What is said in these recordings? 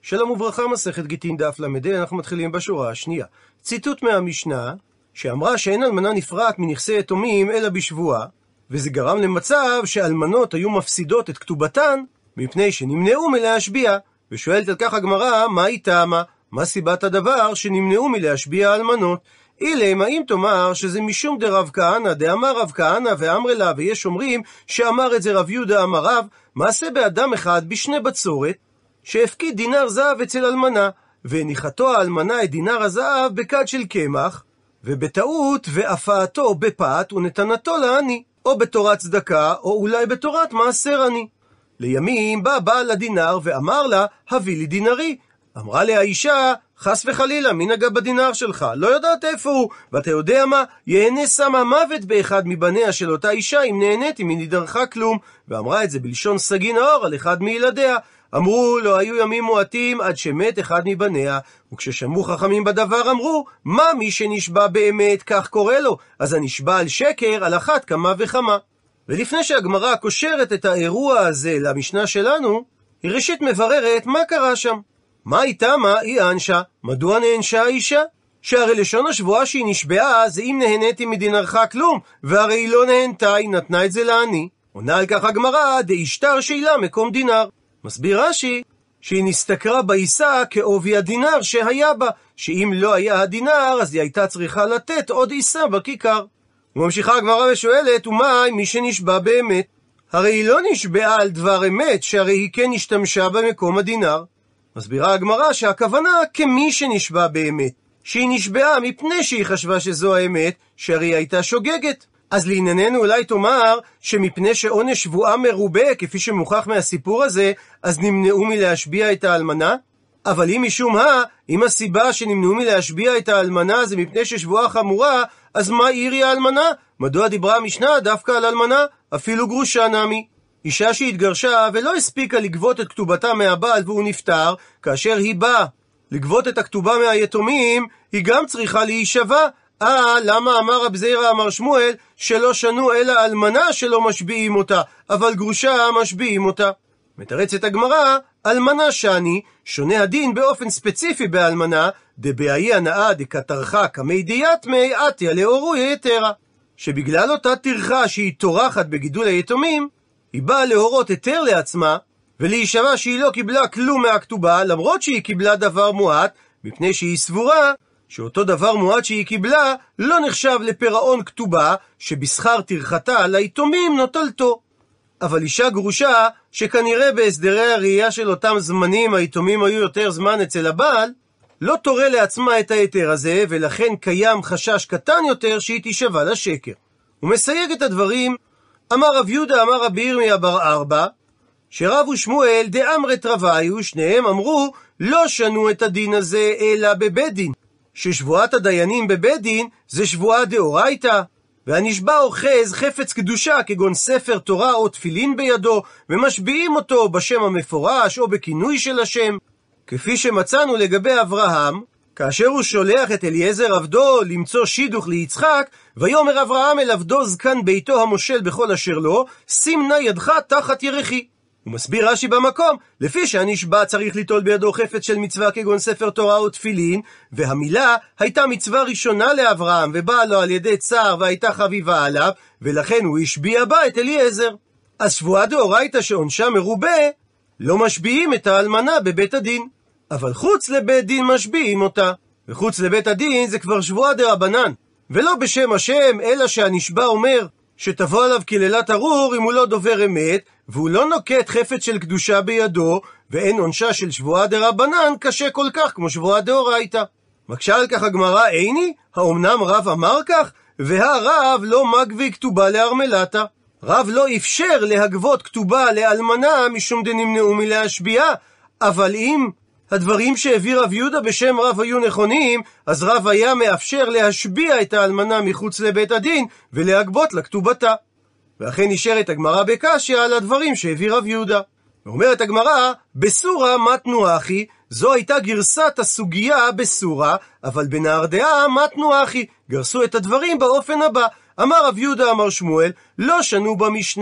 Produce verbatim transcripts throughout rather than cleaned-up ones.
שלום וברכה, מסכת גיטין דף למד, אנחנו מתחילים בשורה השנייה. ציטוט מהמשנה שאמרה שאין אלמנה נפרעת מנכסי יתומים אלא בשבועה, וזה גרם למצב שאלמנות היו מפסידות את כתובתן מפני שנמנעו מלהשביע. ושואלת על כך הגמרא, מה היא טעמה? מה סיבת הדבר שנמנעו מלהשביע אלמנות? אילם, האם תאמר שזה משום דרב כהנא, דאמר רב כהנא ואמר לה, ויש אומרים שאמר את זה רב יהודה אמר רב, מעשה באדם אחד בשני בצורת, שהפקיד דינר זהב אצל אלמנה, והניחתו האלמנה את דינר הזהב בכד של קמח, ובטעות והפעתו בפת ונתנתו לעני, או בתורת צדקה, או אולי בתורת מעשר עני. לימים בא בעל הדינר ואמר לה, הביא לי דינרי. אמרה לה האישה, חס וחלילה, מי נגע בדינר שלך? לא יודעת איפה הוא, ואתה יודע מה? יהנה שמה מוות באחד מבניה של אותה אישה, אם נהניתי מנדרכה כלום. ואמרה את זה בלשון סגי נאור על אחד מילדיה. אמרו, לא היו ימים מועטים עד שמת אחד מבניה, וכששמעו חכמים בדבר אמרו, מה מי שנשבע באמת כך קורא לו? אז הנשבע על שקר על אחת כמה וכמה. ולפני שהגמרא קושרת את האירוע הזה למשנה שלנו, היא ראשית מבררת מה קרה שם. מה הייתה מה היא אנשה? מדוע נענשה האישה? שהרי לשון השבועה שהיא נשבעה זה אם נהניתי מדינרך כלום, והרי היא לא נהנתה, היא נתנה את זה לעני. עונה על כך הגמרא, דאשתר שאלה מקום דינר. מסביר רש"י שהיא נסתכרה בעיסה כעובי הדינר שהיה בה, שאם לא היה הדינר אז היא הייתה צריכה לתת עוד עיסה בכיכר. וממשיכה הגמרא ושואלת, ומה מי שנשבע באמת? הרי היא לא נשבעה על דבר אמת, שהרי היא כן השתמשה במקום הדינר. מסבירה הגמרא שהכוונה כמי שנשבע באמת, שהיא נשבעה מפני שהיא חשבה שזו האמת, שהרי היא הייתה שוגגת. אז לענייננו אולי תאמר שמפני שעונש שבועה מרובה, כפי שמוכח מהסיפור הזה, אז נמנעו מלהשביע את האלמנה? אבל אם משום מה, אם הסיבה שנמנעו מלהשביע את האלמנה זה מפני ששבועה חמורה, אז מה עירי האלמנה? מדוע דיברה המשנה דווקא על אלמנה? אפילו גרושה נמי. אישה שהתגרשה ולא הספיקה לגבות את כתובתה מהבעל והוא נפטר, כאשר היא באה לגבות את הכתובה מהיתומים, היא גם צריכה להישבע. אה, למה אמר רב זירא אמר שמואל שלא שנו אלא אלמנה שלא משביעים אותה, אבל גרושה משביעים אותה? מתרצת הגמרא, אלמנה שני, שונה הדין באופן ספציפי באלמנה, דבעי הנאה דקטרחה כמי דיאטמי עטיה לאורו יתרה, שבגלל אותה טרחה שהיא טורחת בגידול היתומים, היא באה להורות היתר לעצמה, ולהישבע שהיא לא קיבלה כלום מהכתובה, למרות שהיא קיבלה דבר מועט, מפני שהיא סבורה שאותו דבר מועט שהיא קיבלה לא נחשב לפירעון כתובה, שבשכר טרחתה ליתומים נוטלתו. אבל אישה גרושה, שכנראה בהסדרי הראייה של אותם זמנים היתומים היו יותר זמן אצל הבעל, לא תורה לעצמה את היתר הזה, ולכן קיים חשש קטן יותר שהיא תישבע לשקר. הוא מסייג את הדברים, אמר רב יהודה אמר רבי ירמיה בר ארבע, שרב ושמואל דאמרת רביו, שניהם אמרו לא שנו את הדין הזה אלא בבית דין, ששבועת הדיינים בבית דין זה שבועה דאורייתא, והנשבע אוחז חפץ קדושה כגון ספר תורה או תפילין בידו, ומשביעים אותו בשם המפורש או בכינוי של השם, כפי שמצאנו לגבי אברהם, כאשר הוא שולח את אליעזר עבדו למצוא שידוך ליצחק, ויאמר אברהם אל עבדו זקן ביתו המושל בכל אשר לו, שים נא ידך תחת ירחי. הוא מסביר רש"י במקום, לפי שהנשבע צריך ליטול בידו חפץ של מצווה כגון ספר תורה או תפילין, והמילה הייתה מצווה ראשונה לאברהם, ובאה לו על ידי צער והייתה חביבה עליו, ולכן הוא השביע בה את אליעזר. אז שבועה דאורייתא שעונשה מרובה, לא משביעים את האלמנה בבית הדין, אבל חוץ לבית דין משביעים אותה, וחוץ לבית הדין זה כבר שבועה דרבנן, ולא בשם השם, אלא שהנשבע אומר שתבוא עליו קללת ארור אם הוא לא דובר אמת, והוא לא נוקט חפץ של קדושה בידו, ואין עונשה של שבועה דרבנן קשה כל כך כמו שבועה דאורייתא. מקשה על כך הגמרא, איני? האומנם רב אמר כך? והרב לא מגבי כתובה לארמלתה. רב לא אפשר להגבות כתובה לאלמנה משום דנמנעו מלהשביע, אבל אם הדברים שהביא רב יהודה בשם רב היו נכונים, אז רב היה מאפשר להשביע את האלמנה מחוץ לבית הדין ולהגבות לכתובתה. ואכן נשארת הגמרא בקשיא על הדברים שהביא רב יהודה. ואומרת הגמרא, בסורה מתנו אחי, זו הייתה גרסת הסוגיה בסורה, אבל בנהרדעה מתנו אחי, גרסו את הדברים באופן הבא. אמר רב יהודה אמר שמואל, לא שנו במשנה,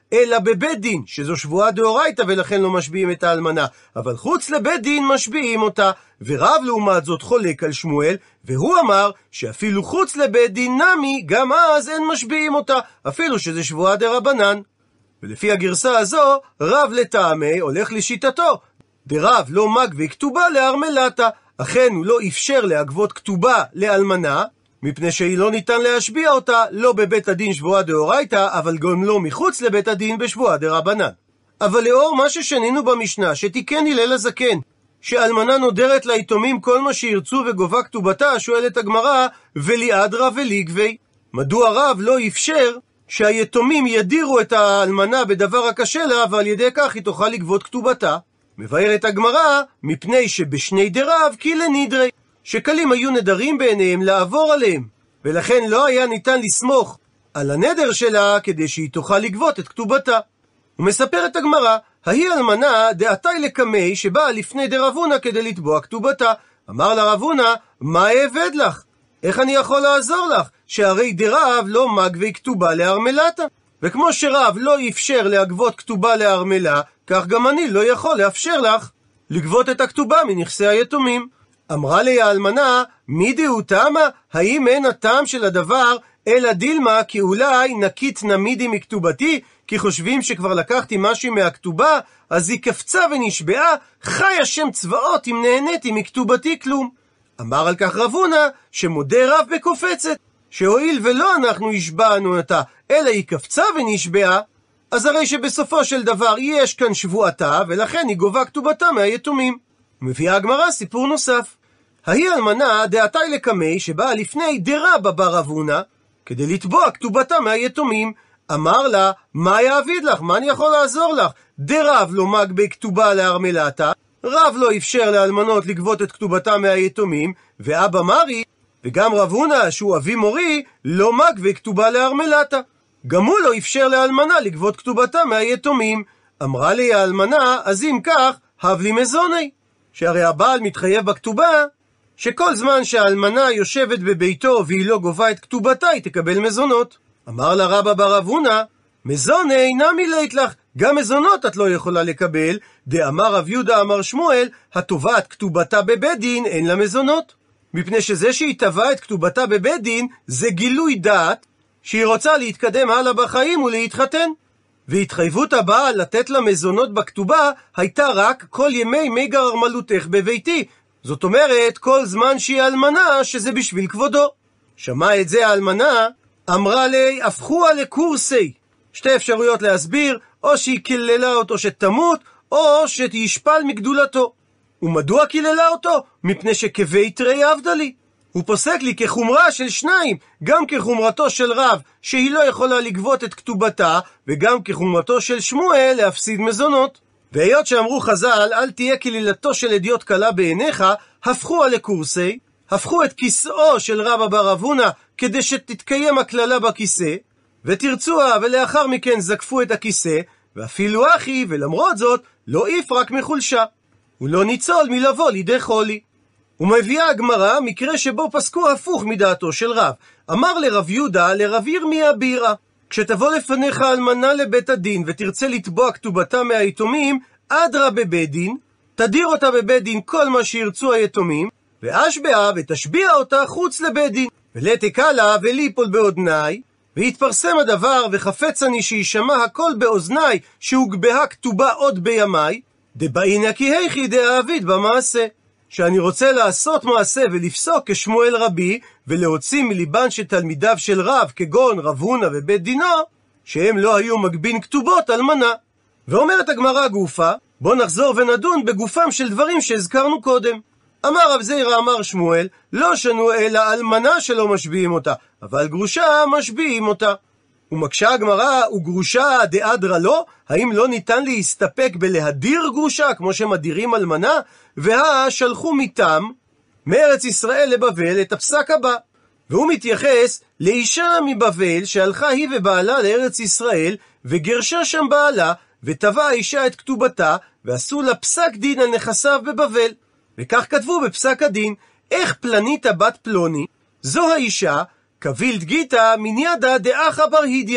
אלא בבית דין, שזו שבועה דאורייתא ולכן לא משביעים את האלמנה, אבל חוץ לבית דין משביעים אותה. ורב לעומת זאת חולק על שמואל, והוא אמר שאפילו חוץ לבית דין נמי, גם אז אין משביעים אותה, אפילו שזה שבועה דרבנן. ולפי הגרסה הזו, רב לטעמי הולך לשיטתו, דרב לא מגבי כתובה לארמלתה, אכן הוא לא אפשר להגבות כתובה לאלמנה, מפני שהיא לא ניתן להשביע אותה, לא בבית הדין שבועה דאורייתא, אבל גם לא מחוץ לבית הדין בשבועה דרבנן. אבל לאור מה ששנינו במשנה, שתיקן הלל הזקן, שאלמנה נודרת ליתומים כל מה שירצו וגובה כתובתה, שואלת הגמרא, וליעדרא וליגבי, מדוע רב לא אפשר שהיתומים ידירו את האלמנה בדבר הקשה לה, ועל ידי כך היא תוכל לגבות כתובתה? מבארת הגמרא, מפני שבשני דרב כי לנדרי, שקלים היו נדרים בעיניהם לעבור עליהם, ולכן לא היה ניתן לסמוך על הנדר שלה כדי שהיא תוכל לגבות את כתובתה. ומספרת הגמרא, ההיא אלמנה דעתי לקמי שבאה לפני דרבונה כדי לתבוע כתובתה. אמר לה רבונה, מה אעבד לך? איך אני יכול לעזור לך? שהרי דרב לא מגבי כתובה לארמלתה. וכמו שרב לא אפשר להגבות כתובה לארמלה, כך גם אני לא יכול לאפשר לך לגבות את הכתובה מנכסי היתומים. אמרה לי האלמנה, מי דהו תמה? האם אין הטעם של הדבר אלא דילמה, כי אולי נקית נמידי מכתובתי, כי חושבים שכבר לקחתי משהו מהכתובה, אז היא קפצה ונשבעה, חי השם צבאות אם נהניתי מכתובתי כלום. אמר על כך רבונה, שמודה רב בקופצת, שהואיל ולא אנחנו השבענו אותה, אלא היא קפצה ונשבעה, אז הרי שבסופו של דבר יש כאן שבועתה, ולכן היא גובה כתובתה מהיתומים. מביאה הגמרא סיפור נוסף. ההיא אלמנה דעתי לקמי שבאה לפני דרבא בר רבונה, כדי לתבוע כתובתה מהיתומים. אמר לה, מה יעביד לך? מה אני יכול לעזור לך? דרב לא מגבי כתובה לארמלתה, רב לא אפשר לאלמנות לגבות את כתובתה מהיתומים, ואבא מרי, וגם רב הונא שהוא אבי מורי, לא מגבי כתובה לארמלתה, גם הוא לא אפשר לאלמנה לגבות כתובתה מהיתומים. אמרה לי האלמנה, אז אם כך, הב לי מזוני, שהרי הבעל מתחייב בכתובה, שכל זמן שהאלמנה יושבת בביתו והיא לא גובה את כתובתה, היא תקבל מזונות. אמר לה רבא בר רב הונא, מזוני אינה מילאת לך, גם מזונות את לא יכולה לקבל, דאמר רב יהודה אמר שמואל, התובעת כתובתה בבית דין אין לה מזונות. מפני שזה שהיא תבעה את כתובתה בבית דין, זה גילוי דעת, שהיא רוצה להתקדם הלאה בחיים ולהתחתן. והתחייבות הבעל לתת לה מזונות בכתובה, הייתה רק כל ימי מי גרמלותך בביתי. זאת אומרת, כל זמן שהיא אלמנה, שזה בשביל כבודו. שמע את זה האלמנה, אמרה לי, הפכוה לקורסי. שתי אפשרויות להסביר, או שהיא קיללה אותו שתמות, או שישפל מגדולתו. ומדוע קיללה אותו? מפני שכבית רי עבדה לי. הוא פוסק לי כחומרה של שניים, גם כחומרתו של רב, שהיא לא יכולה לגבות את כתובתה, וגם כחומרתו של שמואל להפסיד מזונות. והיות שאמרו חז"ל, אל תהיה קלילתו של אדיוט קלה בעיניך, הפכו על לקורסי, הפכו את כיסאו של רבא בר רב הונא, כדי שתתקיים הכללה בכיסא, ותרצוה ולאחר מכן זקפו את הכיסא, ואפילו אחי, ולמרות זאת, לא יפרק מחולשה. הוא לא ניצול מלבוא לידי חולי. ומביאה הגמרא מקרה שבו פסקו הפוך מדעתו של רב. אמר לרב יהודה לרב ירמיה בירא, כשתבוא לפניך אלמנה לבית הדין ותרצה לתבוע כתובתה מהיתומים, אדרא בבית דין, תדיר אותה בבית דין כל מה שירצו היתומים, ואשבעה ותשביע אותה חוץ לבית דין, ולתקה לה וליפול באוזני, והתפרסם הדבר וחפץ אני שישמע הכל באוזני שהוגבהה כתובה עוד בימי, דבעינא כי היכי דאעביד במעשה, שאני רוצה לעשות מעשה ולפסוק כשמואל רבי, ולהוציא מליבן של תלמידיו של רב, כגון רב הונא ובית דינו, שהם לא היו מגבין כתובות אלמנה. ואומרת הגמרא גופה, בוא נחזור ונדון בגופם של דברים שהזכרנו קודם. אמר רב זירא אמר שמואל, לא שנו אלא אלמנה שלא משביעים אותה, אבל גרושה משביעים אותה. ומקשה הגמרא, וגרושה דאדרא לא? האם לא ניתן להסתפק בלהדיר גרושה, כמו שמדירים אלמנה? והא שלחו מתם מארץ ישראל לבבל את הפסק הבא. והוא מתייחס לאישה מבבל שהלכה היא ובעלה לארץ ישראל, וגרשה שם בעלה, וטבעה האישה את כתובתה, ועשו לה פסק דין על נכסיו בבבל. וכך כתבו בפסק הדין, איך פלניתא בת פלוני, זו האישה, קביל דגיתא מניאדא דאחא בר הידיא.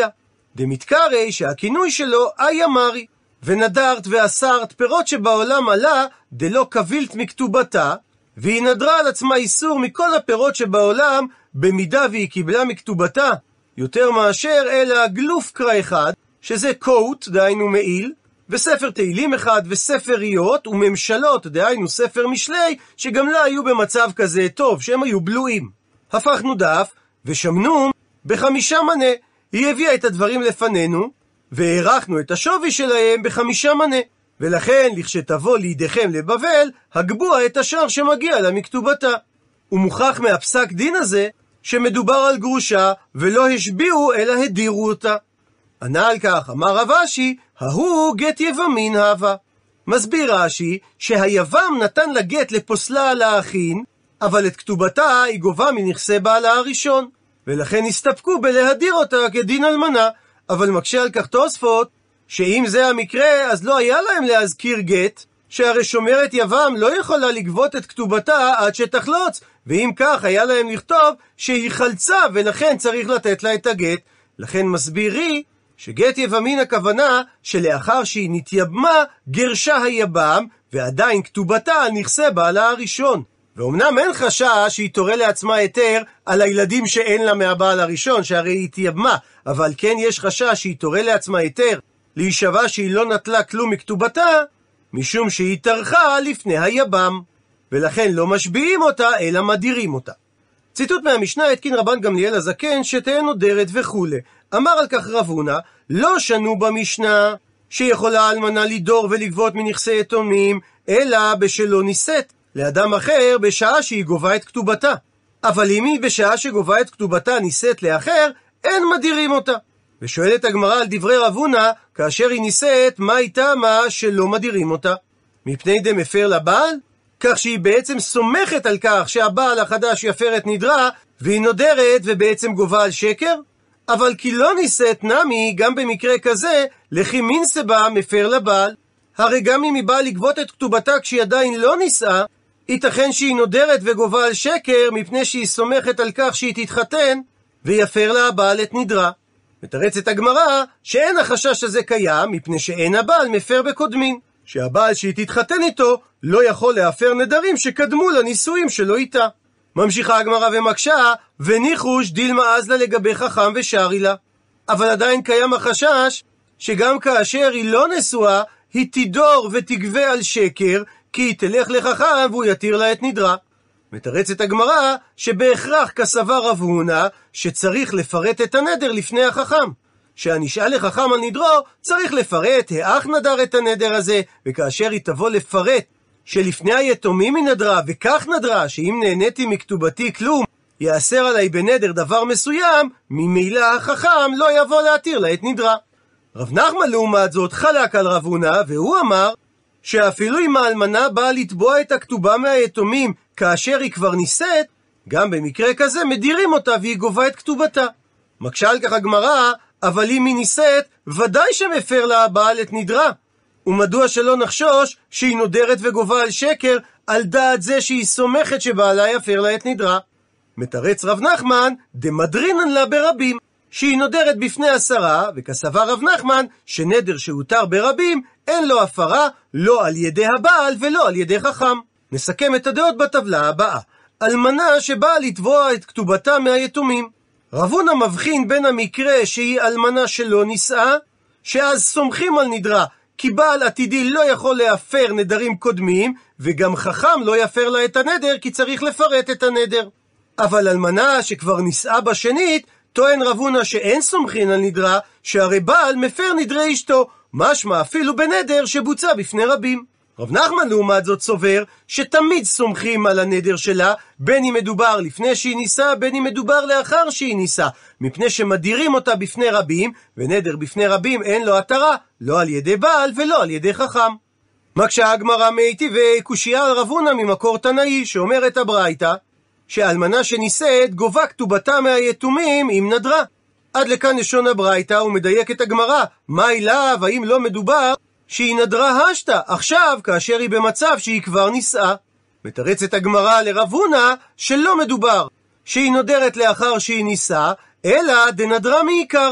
דמתקרי שהכינוי שלו איימרי, ונדרת ואסרת פירות שבעולם עלה דלא קבילת מכתובתה, והיא נדרה על עצמה איסור מכל הפירות שבעולם במידה והיא קיבלה מכתובתה יותר מאשר אלא גלוף קרא אחד, שזה קוט, דהיינו מעיל, וספר תהילים אחד, וספר אייות, וממשלות, דהיינו ספר משלי, שגם לה היו במצב כזה טוב, שהם היו בלועים. הפכנו דף, ושמנו בחמישה מנה. היא הביאה את הדברים לפנינו, והערכנו את השווי שלהם בחמישה מנה. ולכן, לכשתבוא לידיכם לבבל, הגבוה את השאר שמגיע לה מכתובתה. ומוכח מהפסק דין הזה, שמדובר על גרושה, ולא השביעו אלא הדירו אותה. ענה על כך, אמר רב אשי, ההוא גט יבמין הווה. מסביר רש"י שהיבם נתן לה גט לפוסלה על האחין, אבל את כתובתה היא גובה מנכסי בעלה הראשון, ולכן הסתפקו בלהדיר אותה כדין אלמנה. אבל מקשה על כך תוספות, שאם זה המקרה, אז לא היה להם להזכיר גט, שהרי שומרת יבם לא יכולה לגבות את כתובתה עד שתחלוץ, ואם כך היה להם לכתוב שהיא חלצה ולכן צריך לתת לה את הגט. לכן מסבירי שגט יבמין הכוונה שלאחר שהיא נתייבמה גרשה היבם ועדיין כתובתה על נכסי בעלה הראשון. ואומנם אין חשש שהיא תורה לעצמה היתר על הילדים שאין לה מהבעל הראשון, שהרי היא תייבמה, אבל כן יש חשש שהיא תורה לעצמה היתר להישבע שהיא לא נטלה כלום מכתובתה, משום שהיא טרחה לפני היבם, ולכן לא משביעים אותה אלא מדירים אותה. ציטוט מהמשנה, התקין רבן גמליאל הזקן שתהא נודרת וכו'. אמר על כך רב הונא, לא שנו במשנה שיכולה אלמנה לדור ולגבות מנכסי יתומים, אלא בשלא נישאת לאדם אחר בשעה שהיא גובה את כתובתה. אבל אם היא בשעה שגובה את כתובתה נישאת לאחר, אין מדירים אותה. ושואלת הגמרא על דברי רב הונא, כאשר היא נישאת, מה איתה מה שלא מדירים אותה? מפני דמפר לבעל? כך שהיא בעצם סומכת על כך שהבעל החדש יפר את נדרה, והיא נודרת ובעצם גובה על שקר? אבל כי לא נישאת נמי, גם במקרה כזה, לכי מינסבה מפר לבעל. הרי גם אם היא באה לגבות את כתובתה כשהיא עדיין לא נישאה, ייתכן שהיא נודרת וגובה על שקר, מפני שהיא סומכת על כך שהיא תתחתן, ויפר לה הבעל את נדרה. מתרצת הגמרא שאין החשש הזה קיים, מפני שאין הבעל מפר בקודמין, שהבעל שהיא תתחתן איתו לא יכול להפר נדרים שקדמו לנישואים שלו איתה. ממשיכה הגמרא ומקשה, וניחוש דילמה אז לה לגבי חכם ושרי לה. אבל עדיין קיים החשש שגם כאשר היא לא נשואה, היא תדור ותגבה על שקר, כי היא תלך לחכם והוא יתיר לה את נדרה. מתרצת הגמרא שבהכרח כסבר רב הונא שצריך לפרט את הנדר לפני החכם, שהנשאל לחכם על נדרו צריך לפרט האח נדר את הנדר הזה, וכאשר היא תבוא לפרט שלפני היתומים היא נדרה וכך נדרה שאם נהניתי מכתובתי כלום יאסר עליי בנדר דבר מסוים, ממילא החכם לא יבוא להתיר לה את נדרה. רב נחמן לעומת זאת חלק על רב הונא, והוא אמר שאפילו אם האלמנה באה לתבוע את הכתובה מהיתומים כאשר היא כבר נישאת, גם במקרה כזה מדירים אותה והיא גובה את כתובתה. מקשה על כך הגמרא, אבל אם היא נישאת, ודאי שמפר לה הבעל את נדרה. ומדוע שלא נחשוש שהיא נודרת וגובה על שקר, על דעת זה שהיא סומכת שבעלה יפר לה את נדרה? מתרץ רב נחמן, דמדרינן לה ברבים, שהיא נודרת בפני עשרה, וכסבר רב נחמן, שנדר שהותר ברבים, אין לו הפרה, לא על ידי הבעל ולא על ידי חכם. נסכם את הדעות בטבלה הבאה. אלמנה שבאה לתבוע את כתובתה מהיתומים. רב הונא מבחין בין המקרה שהיא אלמנה שלא נישאה, שאז סומכים על נדרה, כי בעל עתידי לא יכול להפר נדרים קודמים, וגם חכם לא יפר לה את הנדר, כי צריך לפרט את הנדר. אבל אלמנה שכבר נישאה בשנית, טוען רב הונא שאין סומכין על נדרה, שהרי בעל מפר נדרי אשתו, משמע אפילו בנדר שבוצע בפני רבים. רב נחמן לעומת זאת סובר שתמיד סומכים על הנדר שלה, בין אם מדובר לפני שהיא נישאה, בין אם מדובר לאחר שהיא נישאה, מפני שמדירים אותה בפני רבים, ונדר בפני רבים אין לו התרה, לא על ידי בעל ולא על ידי חכם. מקשה הגמרא מיטיבי קושיה על רב הונא ממקור תנאי, שאומרת הברייתא שאלמנה שנישאת גובה כתובתה מהיתומים עם נדרה. עד לכאן לשון הברייתא, ומדייק את הגמרא, מה אליו, האם לא מדובר שהיא נדרה השתה עכשיו כאשר היא במצב שהיא כבר נישאה? מתרצת הגמרא לרב הונא שלא מדובר שהיא נודרת לאחר שהיא נישאה, אלא דנדרה מעיקרא,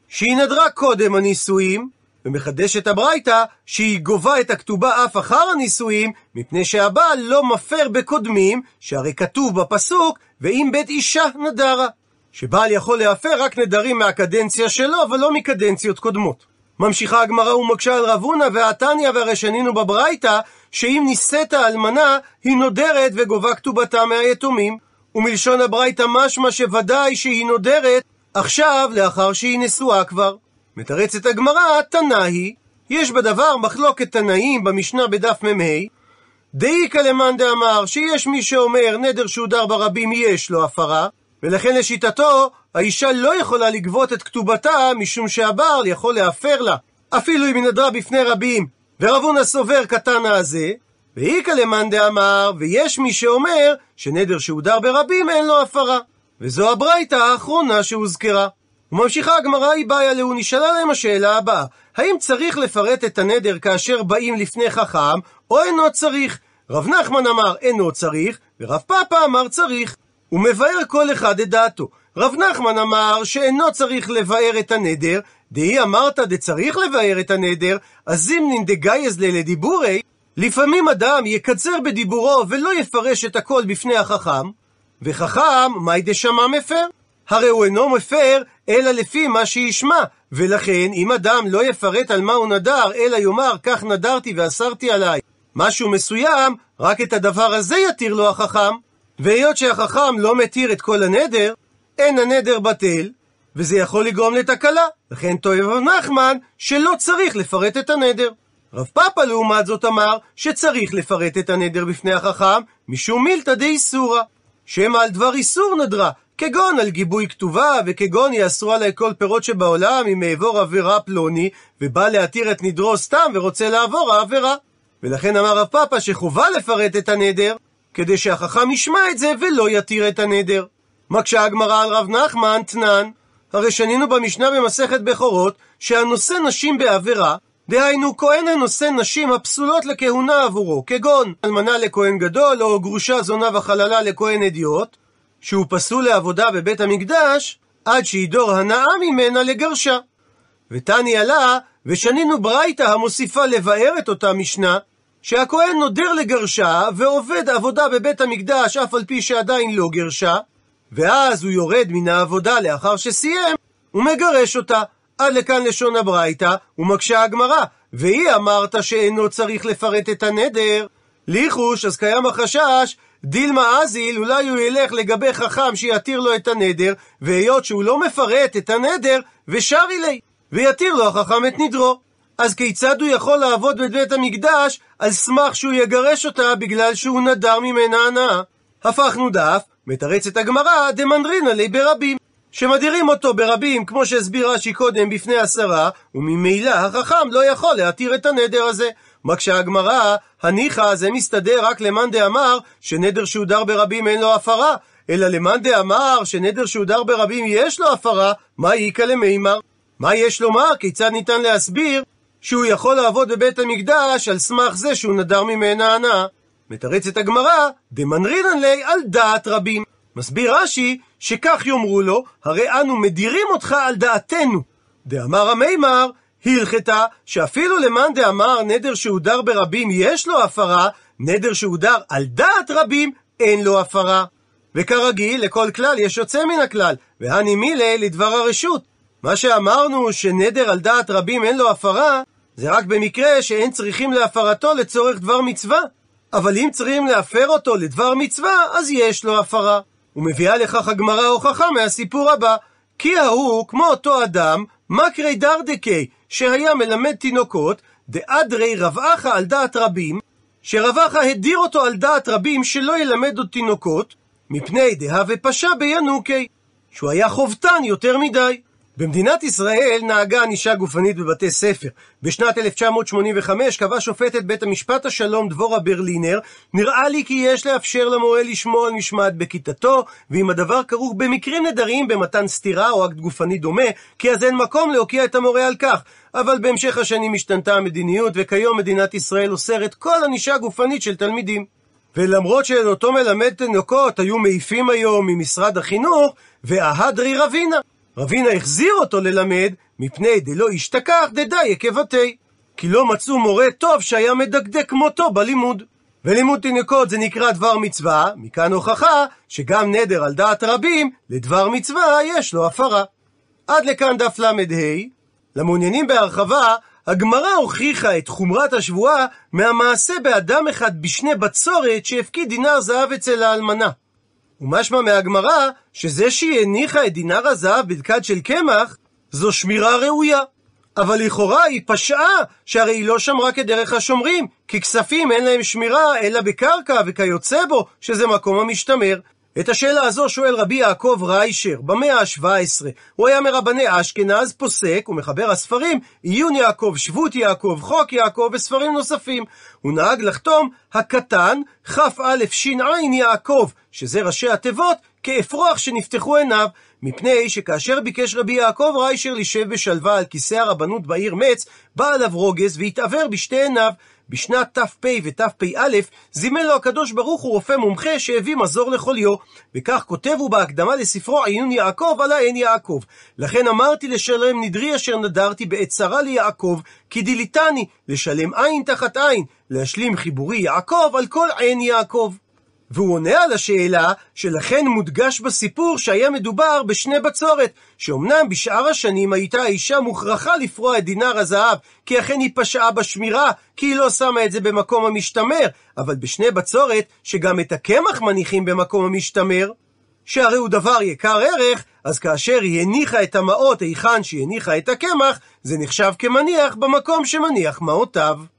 שהיא נדרה קודם הנישואים, ומחדשת הברייתא שהיא גובה את הכתובה אף אחר הנישואים, מפני שהבעל לא מפר בקודמים, שהרי כתוב בפסוק, ואם בית אישה נדרה. שבעל יכול להפר רק נדרים מהקדנציה שלו, ולא מקדנציות קודמות. ממשיכה הגמרא ומקשה על רב הונא והתניא, והרי שנינו בברייתא, שאם נישאת האלמנה, היא נודרת וגובה כתובתה מהיתומים. ומלשון הברייתא משמע שוודאי שהיא נודרת, עכשיו לאחר שהיא נשואה כבר. מתרצת הגמרא, תנאי, יש בדבר מחלוקת תנאים במשנה בדף מ"ה, דאיכא למאן דאמר שיש מי שאומר נדר שהודר ברבים יש לו הפרה, ולכן לשיטתו האישה לא יכולה לגבות את כתובתה משום שהבעל יכול להפר לה, אפילו אם היא נדרה בפני רבים, ורב הונא סובר כתנא הזה. ואיכא למאן דאמר, ויש מי שאומר שנדר שהודר ברבים אין לו הפרה, וזו הברייתא האחרונה שהוזכרה. וממשיכה הגמרא, היא בעיה לו, נשאלה להם השאלה הבאה, האם צריך לפרט את הנדר כאשר באים לפני חכם, או אינו צריך? רב נחמן אמר אינו צריך, ורב פאפא אמר צריך. הוא מבאר כל אחד את דעתו. רב נחמן אמר שאינו צריך לבאר את הנדר, דהי אמרת דצריך לבאר את הנדר, אז זימנין דגייז לדיבורי, לפעמים אדם יקצר בדיבורו ולא יפרש את הכל בפני החכם, וחכם, מאי דשמע מפר? הרי הוא אינו מפר, אלא לפי מה שישמע, ולכן אם אדם לא יפרט על מה הוא נדר, אלא יאמר כך נדרתי ואסרתי עליי משהו מסוים, רק את הדבר הזה יתיר לו החכם, והיות שהחכם לא מתיר את כל הנדר, אין הנדר בטל, וזה יכול לגרום לתקלה, לכן טוען רב נחמן שלא צריך לפרט את הנדר. רב פאפא לעומת זאת אמר שצריך לפרט את הנדר בפני החכם, משום מילתא דאיסורא, שמא על דבר איסור נדרה, כגון על גיבוי כתובה, וכגון יאסרו עלי כל פירות שבעולם אם אעבור עבירה פלוני, ובא להתיר את נדרו סתם ורוצה לעבור העבירה. ולכן אמר רב פאפא שחובה לפרט את הנדר, כדי שהחכם ישמע את זה ולא יתיר את הנדר. מקשה הגמרא על רב נחמן תנן, הרי שנינו במשנה במסכת בכורות, שהנושא נשים בעבירה, דהיינו כהן הנושא נשים הפסולות לכהונה עבורו, כגון אלמנה לכהן גדול, או גרושה זונה וחללה לכהן אדיוט, שהוא פסול לעבודה בבית המקדש, עד שידור הנאה ממנה לגרשה. ותניא לה, ושנינו ברייתא המוסיפה לבאר את אותה משנה, שהכהן נודר לגרשה, ועובד עבודה בבית המקדש אף על פי שעדיין לא גרשה, ואז הוא יורד מן העבודה לאחר שסיים, ומגרש אותה. עד לכאן לשון הברייתא, ומקשה הגמרא, והיא אמרת שאינו צריך לפרט את הנדר. ליחוש, אז קיים החשש, דילמה אזיל, אולי הוא ילך לגבי חכם שיתיר לו את הנדר, והיות שהוא לא מפרט את הנדר, ושרי לי, ויתיר לו החכם את נדרו. אז כיצד הוא יכול לעבוד בבית המקדש על סמך שהוא יגרש אותה בגלל שהוא נדר ממנה הנאה? הפכנו דף, מתרצת הגמרא, דמנדרינא לי ברבים, שמדירים אותו ברבים, כמו שהסביר רש"י קודם בפני עשרה, וממילא החכם לא יכול להתיר את הנדר הזה. מקשה הגמרא, הניחא זה מסתדר רק למאן דאמר שנדר שהודר ברבים אין לו הפרה, אלא למאן דאמר שנדר שהודר ברבים יש לו הפרה, מה איכא למימר? מה יש לומר? כיצד ניתן להסביר שהוא יכול לעבוד בבית המקדש על סמך זה שהוא נדר ממנה הנאה? מתרצת הגמרא, דמנרינן לי על דעת רבים. מסביר רש"י שכך יאמרו לו, הרי אנו מדירים אותך על דעתנו. דאמר המימר, הלכתה שאפילו למאן דאמר נדר שהודר ברבים יש לו הפרה, נדר שהודר על דעת רבים אין לו הפרה. וכרגיל לכל כלל יש יוצא מן הכלל, והני מילי לדבר הרשות. מה שאמרנו שנדר על דעת רבים אין לו הפרה, זה רק במקרה שאין צריכים להפרתו לצורך דבר מצווה. אבל אם צריכים להפר אותו לדבר מצווה, אז יש לו הפרה. ומביאה לכך הגמרא הוכחה מהסיפור הבא, כי ההוא כמו אותו אדם, מקרי דרדקי, שהיה מלמד תינוקות, דאדרי רב אחא על דעת רבים, שרב אחא הדיר אותו על דעת רבים שלא ילמד עוד תינוקות, מפני דהווה פשע בינוקי, שהוא היה חובטן יותר מדי. במדינת ישראל נהגה ענישה גופנית בבתי ספר. בשנת אלף תשע מאות שמונים וחמש קבע שופטת בית המשפט השלום דבורה ברלינר, נראה לי כי יש לאפשר למורה לשמור על משמעת בכיתתו, ואם הדבר כרוך במקרים נדרים במתן סתירה או אקט גופני דומה, כי אז אין מקום להוקיע את המורה על כך. אבל בהמשך השנים השתנתה המדיניות, וכיום מדינת ישראל אוסרת כל ענישה גופנית של תלמידים. ולמרות שאותו מלמד תינוקות היו מעיפים היום ממשרד החינוך, וההדרי רבינה, רבינה החזיר אותו ללמד, מפני דלא ישתכח דדייק כבתי. כי לא מצאו מורה טוב שהיה מדקדק כמותו בלימוד. ולימוד תינוקות זה נקרא דבר מצווה, מכאן הוכחה שגם נדר על דעת רבים, לדבר מצווה יש לו הפרה. עד לכאן דף למד ה'. למעוניינים בהרחבה, הגמרא הוכיחה את חומרת השבועה מהמעשה באדם אחד בשני בצורת שהפקיד דינר זהב אצל האלמנה. ומשמע מהגמרא שזה שהיא הניחה את דינר הזהב בדקת של קמח, זו שמירה ראויה. אבל לכאורה היא פשעה, שהרי היא לא שמרה כדרך השומרים, כי כספים אין להם שמירה אלא בקרקע וכיוצא בו, שזה מקום המשתמר. את השאלה הזו שואל רבי יעקב ריישר במאה ה-שבע עשרה. הוא היה מרבני אשכנז, פוסק ומחבר הספרים עיון יעקב, שבות יעקב, חוק יעקב וספרים נוספים. הוא נהג לחתום הקטן כ"א ש"ע יעקב, שזה ראשי התיבות, כאפרוח שנפתחו עיניו, מפני שכאשר ביקש רבי יעקב ריישר לשב בשלווה על כיסא הרבנות בעיר מצ, בא עליו רוגז והתעוור בשתי עיניו. בשנת ת"פ ות"פ"א זימן לו הקדוש ברוך הוא רופא מומחה שהביא מזור לחוליו, וכך כותב הוא בהקדמה לספרו עיון יעקב על העין יעקב. לכן אמרתי לשלם נדרי אשר נדרתי בעת צרה ליעקב, כי דיליתני לשלם עין תחת עין, להשלים חיבורי יעקב על כל עין יעקב. והוא עונה על השאלה שלכן מודגש בסיפור שהיה מדובר בשני בצורת, שאומנם בשאר השנים הייתה האישה מוכרחה לפרוע את דינר הזהב, כי אכן היא פשעה בשמירה, כי היא לא שמה את זה במקום המשתמר, אבל בשני בצורת שגם את הקמח מניחים במקום המשתמר, שהרי הוא דבר יקר ערך, אז כאשר היא הניחה את המעות היכן שהיא הניחה את הקמח, זה נחשב כמניח במקום שמניח מעותיו.